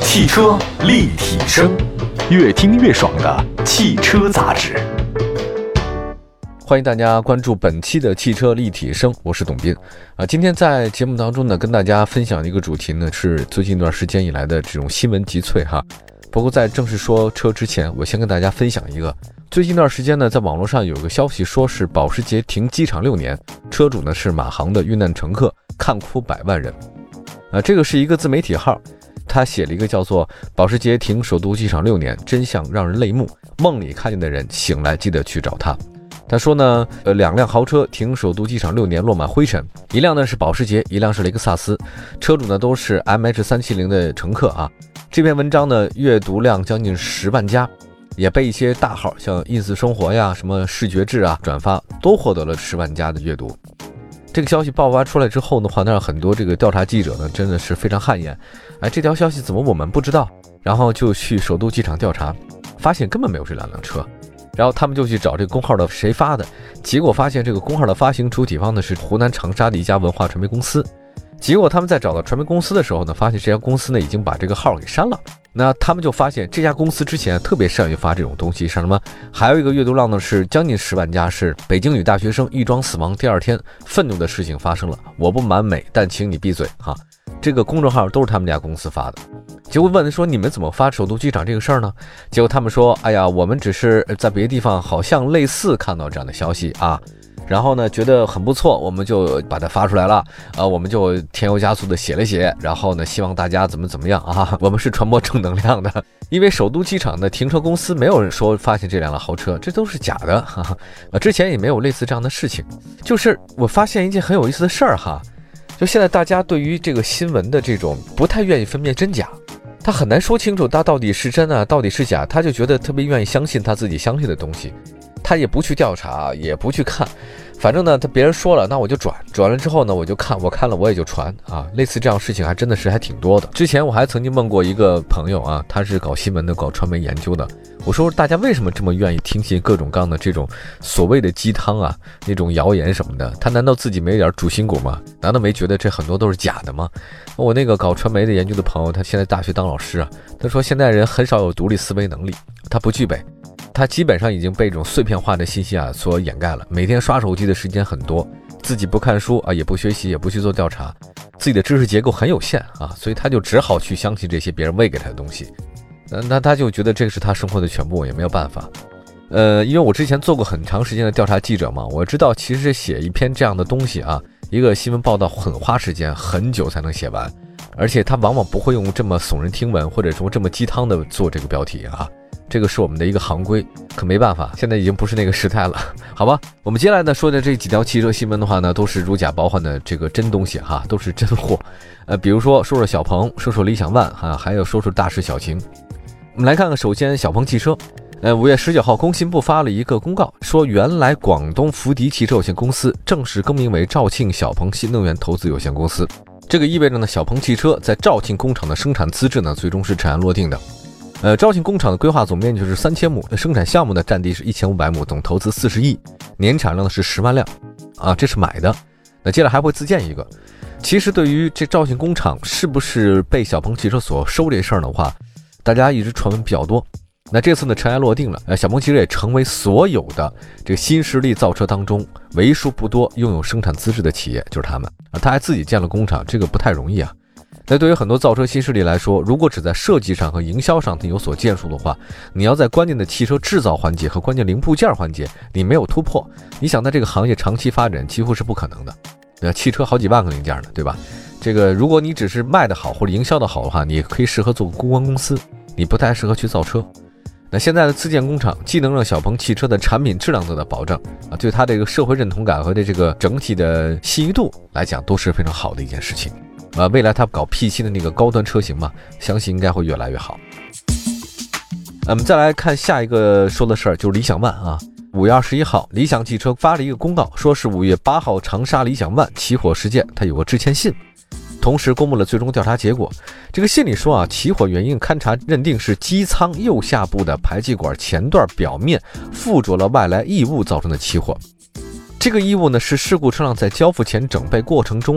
汽车立体声，越听越爽的汽车杂志。 欢迎大家关注本期的汽车立体声，我是董斌今天在节目当中呢，跟大家分享一个主题呢，是最近一段时间以来的这种新闻集萃哈。不过在正式说车之前，我先跟大家分享一个，最近一段时间呢，在网络上有个消息说是保时捷停机场6年，车主呢是马航的遇难乘客，看哭100万人。这个是一个自媒体号，他写了一个叫做保时捷停首都机场6年，真相让人泪目，梦里看见的人醒来记得去找他。他说呢，2辆豪车停首都机场6年，落满灰尘，一辆呢是保时捷，一辆是雷克萨斯，车主呢都是 MH370 的乘客啊。这篇文章呢阅读量将近10万加，也被一些大号像 ins 生活呀、什么视觉志啊转发，都获得了10万加的阅读。这个消息爆发出来之后的话，那让很多这个调查记者呢真的是非常汗颜，这条消息怎么我们不知道？然后就去首都机场调查，发现根本没有这2辆车。然后他们就去找这个公号的谁发的，结果发现这个公号的发行主体方呢是湖南长沙的一家文化传媒公司。结果他们在找到传媒公司的时候呢，发现这家公司呢已经把这个号给删了。那他们就发现这家公司之前特别善于发这种东西，像什么还有一个阅读量呢是将近10万加，是北京女大学生狱装死亡第2天，愤怒的事情发生了，我不满美，但请你闭嘴哈。这个公众号都是他们家公司发的。结果问说你们怎么发首都机场这个事儿呢？结果他们说，哎呀，我们只是在别的地方好像类似看到这样的消息啊，然后呢觉得很不错，我们就把它发出来了我们就添油加醋的写了写，然后呢希望大家怎么样啊，我们是传播正能量的。因为首都机场的停车公司没有人说发现这辆豪车，这都是假的之前也没有类似这样的事情。就是我发现一件很有意思的事儿哈，就现在大家对于这个新闻的这种不太愿意分辨真假，他很难说清楚他到底是真啊，到底是假，他就觉得特别愿意相信他自己相信的东西，他也不去调查，也不去看，反正呢他别人说了，那我就转了之后呢我就看，我看了我也就传啊，类似这样的事情还真的是还挺多的。之前我还曾经问过一个朋友啊，他是搞新闻的，搞传媒研究的，我说大家为什么这么愿意听信各种各样的这种所谓的鸡汤啊，那种谣言什么的，他难道自己没点主心骨吗？难道没觉得这很多都是假的吗？我那个搞传媒的研究的朋友，他现在大学当老师啊，他说现在人很少有独立思维能力，他不具备，他基本上已经被这种碎片化的信息所掩盖了，每天刷手机的时间很多，自己不看书也不学习，也不去做调查，自己的知识结构很有限所以他就只好去相信这些别人喂给他的东西。那他就觉得这是他生活的全部，也没有办法。因为我之前做过很长时间的调查记者嘛，我知道其实写一篇这样的东西一个新闻报道很花时间，很久才能写完，而且他往往不会用这么耸人听闻或者说这么鸡汤的做这个标题这个是我们的一个行规，可没办法，现在已经不是那个时代了，好吧？我们接下来呢说的这几条汽车新闻的话呢，都是如假包换的这个真东西都是真货。比如说小鹏，说理想 ONE 还有说大事小情。我们来看看，首先小鹏汽车，5月19号，工信部发了一个公告，说原来广东福迪汽车有限公司正式更名为肇庆小鹏新能源投资有限公司。这个意味着呢，小鹏汽车在肇庆工厂的生产资质呢，最终是尘埃落定的。肇庆工厂的规划总面积是3000亩，生产项目的占地是1500亩，总投资40亿，年产量是10万辆这是买的。那接着还会自建一个。其实对于这肇庆工厂是不是被小鹏汽车所收这事儿的话，大家一直传闻比较多。那这次呢尘埃落定了，小鹏汽车也成为所有的这个新势力造车当中为数不多拥有生产资质的企业，就是他们他还自己建了工厂，这个不太容易那对于很多造车新势力来说，如果只在设计上和营销上有所建树的话，你要在关键的汽车制造环节和关键零部件环节你没有突破，你想在这个行业长期发展几乎是不可能的。汽车好几万个零件呢，对吧？这个如果你只是卖得好或者营销得好的话，你可以适合做公关公司，你不太适合去造车。那现在的自建工厂既能让小鹏汽车的产品质量得到保障对它这个社会认同感和对这个整体的信誉度来讲都是非常好的一件事情未来它搞 P7 的那个高端车型嘛，相信应该会越来越好。我们再来看下一个说的事儿，就是理想 ONE5月21号，理想汽车发了一个公告，说是5月8号长沙理想 ONE起火事件，它有个致歉信，同时公布了最终调查结果。这个信里说起火原因勘查认定是机舱右下部的排气管前段表面附着了外来异物造成的起火。这个异物呢是事故车辆在交付前整备过程中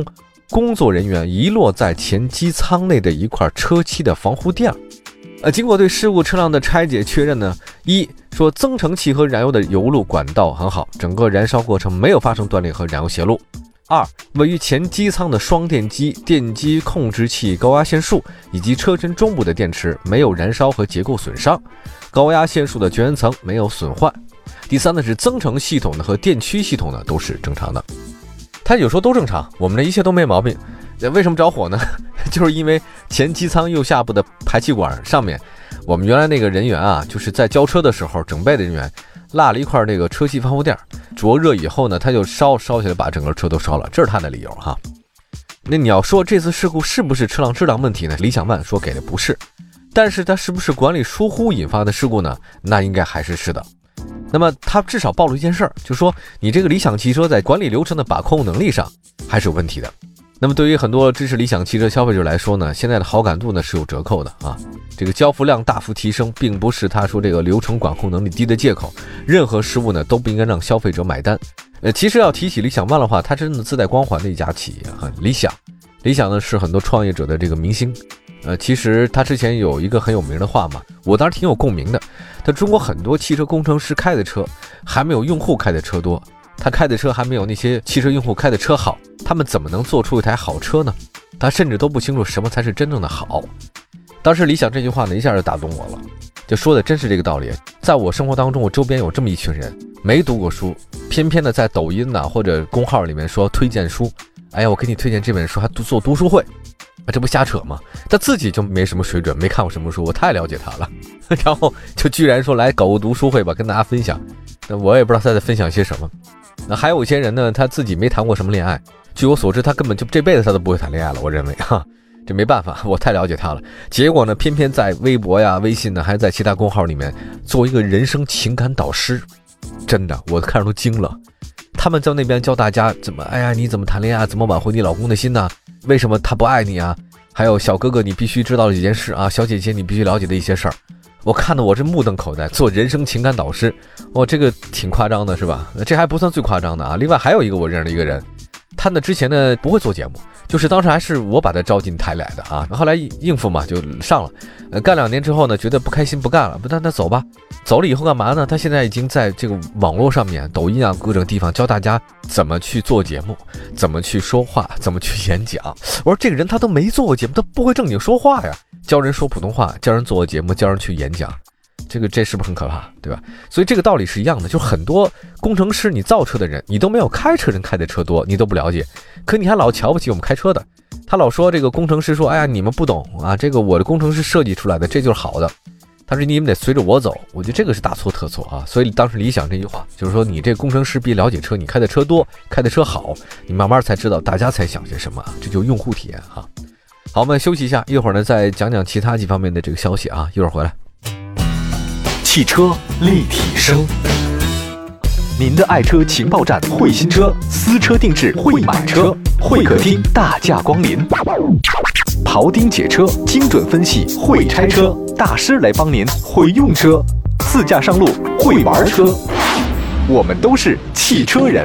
工作人员遗落在前机舱内的一块车漆的防护垫。经过对事故车辆的拆解确认呢，一说增程器和燃油的油路管道很好，整个燃烧过程没有发生断裂和燃油泄露。二，位于前机舱的双电机、电机控制器、高压线束以及车身中部的电池没有燃烧和结构损伤，高压线束的绝缘层没有损坏。第三呢是增程系统呢和电驱系统呢都是正常的。它有时候都正常，我们的一切都没毛病。为什么着火呢？就是因为前机舱右下部的排气管上面，我们原来那个人员啊，就是在交车的时候，整备的人员落了一块那个车漆防护垫，着热以后呢，它就烧起来，把整个车都烧了，这是它的理由哈。那你要说这次事故是不是车辆质量问题呢？理想万说给的不是，但是它是不是管理疏忽引发的事故呢？那应该还是的。那么它至少暴露一件事儿，就是说你这个理想汽车在管理流程的把控能力上还是有问题的。那么对于很多支持理想汽车消费者来说呢，现在的好感度呢是有折扣的啊。这个交付量大幅提升，并不是他说这个流程管控能力低的借口。任何失误呢都不应该让消费者买单。其实要提起理想 ONE 的话，它真的自带光环的一家企业哈。理想呢是很多创业者的这个明星。其实他之前有一个很有名的话嘛，我当时挺有共鸣的。他中国很多汽车工程师开的车还没有用户开的车多，他开的车还没有那些汽车用户开的车好，他们怎么能做出一台好车呢？他甚至都不清楚什么才是真正的好。当时理想这句话呢一下就打动我了，就说的真是这个道理。在我生活当中，我周边有这么一群人，没读过书，偏偏的在抖音呐或者公号里面说推荐书，哎呀我给你推荐这本书，还做读书会，这不瞎扯吗？他自己就没什么水准，没看过什么书，我太了解他了。然后就居然说来搞个读书会吧，跟大家分享。那我也不知道他在分享些什么。那还有一些人呢，他自己没谈过什么恋爱，据我所知，他根本就这辈子他都不会谈恋爱了。我认为哈，这没办法，我太了解他了。结果呢，偏偏在微博呀、微信呢，还在其他公号里面做一个人生情感导师，真的，我看着都惊了。他们在那边教大家怎么，哎呀，你怎么谈恋爱，怎么挽回你老公的心呢？为什么他不爱你啊？还有小哥哥你必须知道的几件事啊，小姐姐你必须了解的一些事儿。我看得我这目瞪口呆，做人生情感导师，这个挺夸张的是吧？这还不算最夸张的啊。另外还有一个我认识的一个人，他呢之前呢不会做节目，就是当时还是我把他招进台来的啊。后来应付嘛就上了，干2年之后呢觉得不开心不干了，那走吧。走了以后干嘛呢？他现在已经在这个网络上面，抖音啊各种地方教大家怎么去做节目，怎么去说话，怎么去演讲。我说这个人他都没做过节目，他不会正经说话呀，教人说普通话，教人做节目，教人去演讲，这是不是很可怕，对吧？所以这个道理是一样的，就是很多工程师你造车的人，你都没有开车人开的车多，你都不了解，可你还老瞧不起我们开车的。他老说这个工程师说，哎呀你们不懂啊，这个我的工程师设计出来的，这就是好的。他说你们得随着我走，我觉得这个是大错特错啊！所以当时理想这句话就是说，你这工程师比了解车，你开的车多，开的车好，你慢慢才知道大家才想些什么，这就是用户体验哈。好，我们休息一下，一会儿呢再讲讲其他几方面的这个消息啊，一会儿回来。 汽车立体声，您的爱车情报站，会新车，私车定制，会买车，会客厅大驾光临。庖丁解车，精准分析，会拆车，大师来帮您会用车，自驾上路会玩车，我们都是汽车人。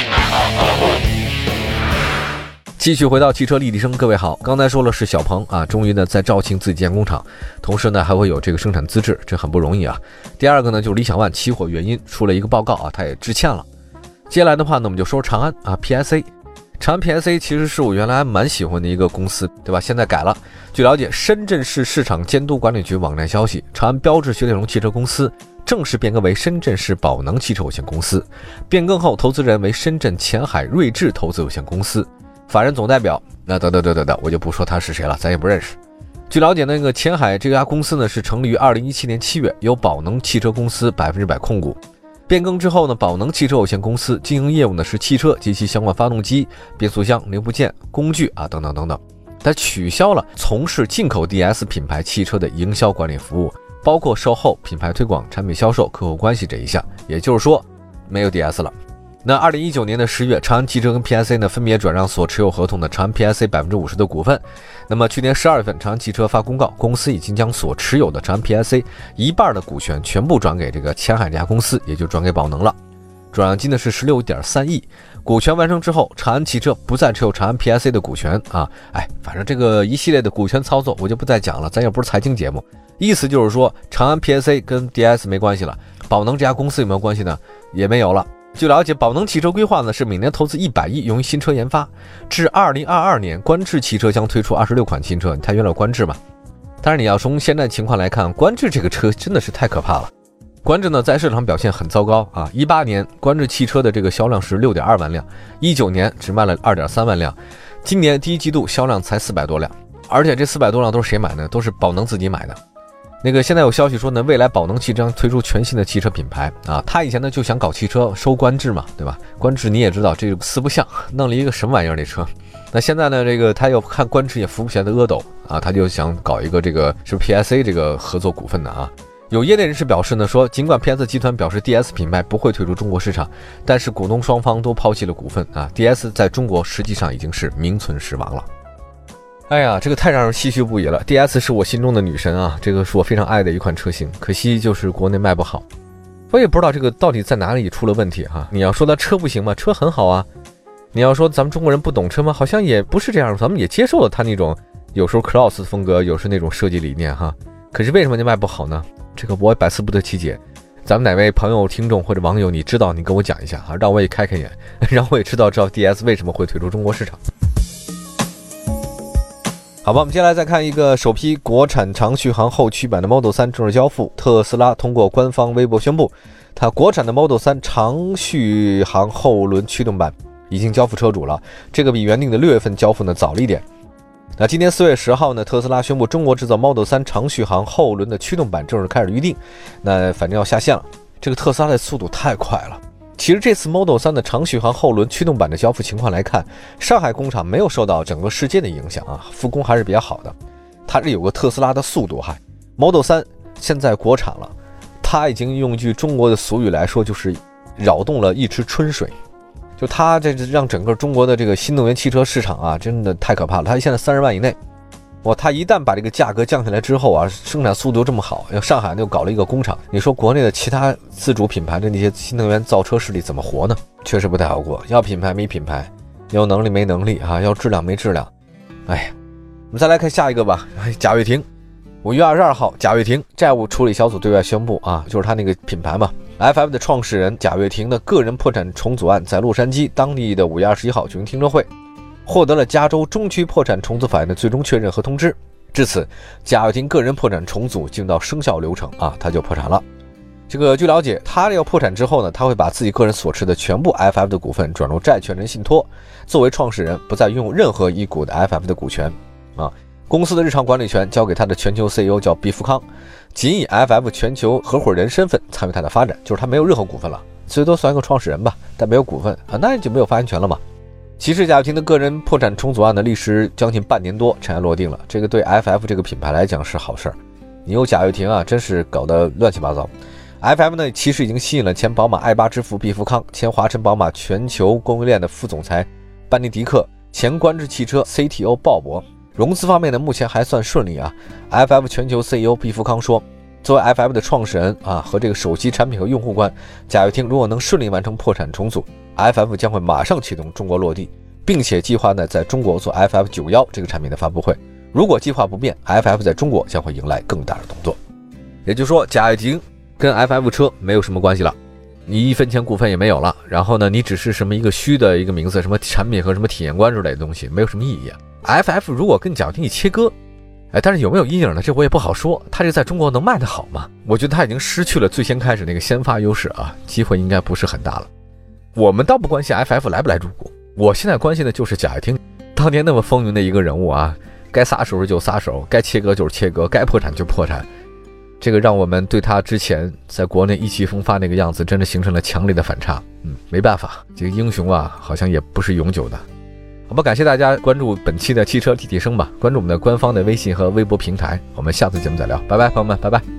继续回到汽车立体声，各位好，刚才说了是小鹏啊，终于呢在肇庆自己建工厂，同时呢还会有这个生产资质，这很不容易啊。第二个呢就是理想 ONE 起火原因出了一个报告啊，他也致歉了。接下来的话呢我们就说长安啊 PSA。长安 PSA 其实是我原来蛮喜欢的一个公司，对吧？现在改了。据了解，深圳市市场监督管理局网站消息，长安标致雪铁龙汽车公司正式变更为深圳市宝能汽车有限公司。变更后，投资人为深圳前海睿智投资有限公司。法人总代表，那我就不说他是谁了，咱也不认识。据了解，那个前海这家公司呢是成立于2017年7月，由宝能汽车公司100%控股。变更之后呢，宝能汽车有限公司经营业务呢是汽车及其相关发动机、变速箱、零部件、工具啊等等。它取消了从事进口 DS 品牌汽车的营销管理服务，包括售后、品牌推广、产品销售、客户关系这一项，也就是说没有 DS 了。那2019年的10月，长安汽车跟 PSA 呢分别转让所持有合同的长安 PSA 50%的股份。那么去年12月份，长安汽车发公告，公司已经将所持有的长安 PSA 一半的股权全部转给这个前海这家公司，也就转给宝能了。 转让金呢是16.3亿。股权完成之后，长安汽车不再持有长安 PSA 的股权啊。反正这个一系列的股权操作我就不再讲了，咱又不是财经节目。意思就是说，长安 PSA 跟 DS 没关系了，宝能这家公司有没有关系呢？也没有了。据了解，宝能汽车规划呢是每年投资100亿用于新车研发，至2022年，观致汽车将推出26款新车。你看原来有观致嘛？但是你要从现在情况来看，观致这个车真的是太可怕了。观致呢在市场表现很糟糕啊！18年观致汽车的这个销量是6.2万辆，19年只卖了2.3万辆，今年第一季度销量才400多辆，而且这400多辆都是谁买呢？都是宝能自己买的。现在有消息说呢，未来宝能汽车将推出全新的汽车品牌啊！他以前呢就想搞汽车收观致嘛，对吧？观致你也知道，这个四不像，弄了一个什么玩意儿这车。那现在呢，他又看观致也扶不起来的阿斗啊，他就想搞一个这个是 PSA 这个合作股份的啊。有业内人士表示呢，说尽管 PS 集团表示 DS 品牌不会退出中国市场，但是股东双方都抛弃了股份啊。DS 在中国实际上已经是名存实亡了。这个太让人唏嘘不已了。DS 是我心中的女神啊，这个是我非常爱的一款车型，可惜就是国内卖不好。我也不知道这个到底在哪里出了问题哈。你要说它车不行吗？车很好啊。你要说咱们中国人不懂车吗？好像也不是这样，咱们也接受了它那种有时候 cross 风格，有时候那种设计理念哈。可是为什么就卖不好呢？这个我也百思不得其解。咱们哪位朋友、听众或者网友，你知道你跟我讲一下啊，让我也开开眼，让我也知道 DS 为什么会退出中国市场。好吧，我们接下来再看一个首批国产长续航后驱版的 Model 3正式交付。特斯拉通过官方微博宣布，它国产的 Model 3长续航后轮驱动版已经交付车主了，这个比原定的6月份交付呢早了一点。那今天4月10号呢，特斯拉宣布中国制造 Model 3长续航后轮的驱动版正式开始预定，那反正要下线了。这个特斯拉的速度太快了。其实这次 Model 3的长续航后轮驱动版的交付情况来看，上海工厂没有受到整个世界的影响啊，复工还是比较好的。它是有个特斯拉的速度哈。Model 3现在国产了，它已经用句中国的俗语来说，就是扰动了一池春水。就它这让整个中国的这个新能源汽车市场啊，真的太可怕了。它现在30万以内。它一旦把这个价格降下来之后啊，生产速度这么好，上海又搞了一个工厂，你说国内的其他自主品牌的那些新能源造车势力怎么活呢？确实不太好过，要品牌没品牌，要能力没能力啊，要质量没质量。我们再来看下一个吧。贾跃亭5月22号，贾跃亭债务处理小组对外宣布啊，就是他那个品牌嘛 ，FF 的创始人贾跃亭的个人破产重组案在洛杉矶当地的5月21号举行听证会。获得了加州中区破产重组法院的最终确认和通知，至此，贾跃亭个人破产重组进入到生效流程啊，他就破产了。这个据了解，他要破产之后呢，他会把自己个人所持的全部 FF 的股份转入债权人信托，作为创始人不再拥有任何一股的 FF 的股权啊。公司的日常管理权交给他的全球 CEO 叫毕福康，仅以 FF 全球合伙人身份参与他的发展，就是他没有任何股份了，最多算一个创始人吧，但没有股份啊，那就没有发言权了嘛。其实贾跃亭的个人破产重组案的历时将近半年多，尘埃落定了。这个对 FF 这个品牌来讲是好事儿。你有贾跃亭啊，真是搞得乱七八糟。FF 呢，其实已经吸引了前宝马爱8之父毕福康、前华晨宝马全球供应链的副总裁班尼迪克、前观致汽车 CTO 鲍勃。融资方面呢，目前还算顺利啊。FF 全球 CEO 毕福康说，作为 FF 的创始人啊和这个首席产品和用户官，贾跃亭如果能顺利完成破产重组，FF 将会马上启动中国落地，并且计划呢在中国做 FF91这个产品的发布会。如果计划不变， FF 在中国将会迎来更大的动作。也就是说，贾跃亭跟 FF 车没有什么关系了，你1分钱股份也没有了，然后呢，你只是什么一个虚的一个名字，什么产品和什么体验官之类的东西，没有什么意义。FF 如果跟贾跃亭一切割，但是有没有阴影呢？这我也不好说。他这在中国能卖得好吗？我觉得他已经失去了最先开始那个先发优势啊，机会应该不是很大了。我们倒不关心 FF 来不来中国，我现在关心的就是贾跃亭当年那么风云的一个人物啊，该撒手就撒手，该切割就是切割，该破产就破产。这个让我们对他之前在国内意气风发那个样子真的形成了强烈的反差。没办法，这个英雄啊好像也不是永久的。好吧，感谢大家关注本期的汽车立体声吧，关注我们的官方的微信和微博平台，我们下次节目再聊，拜拜，朋友们，拜拜。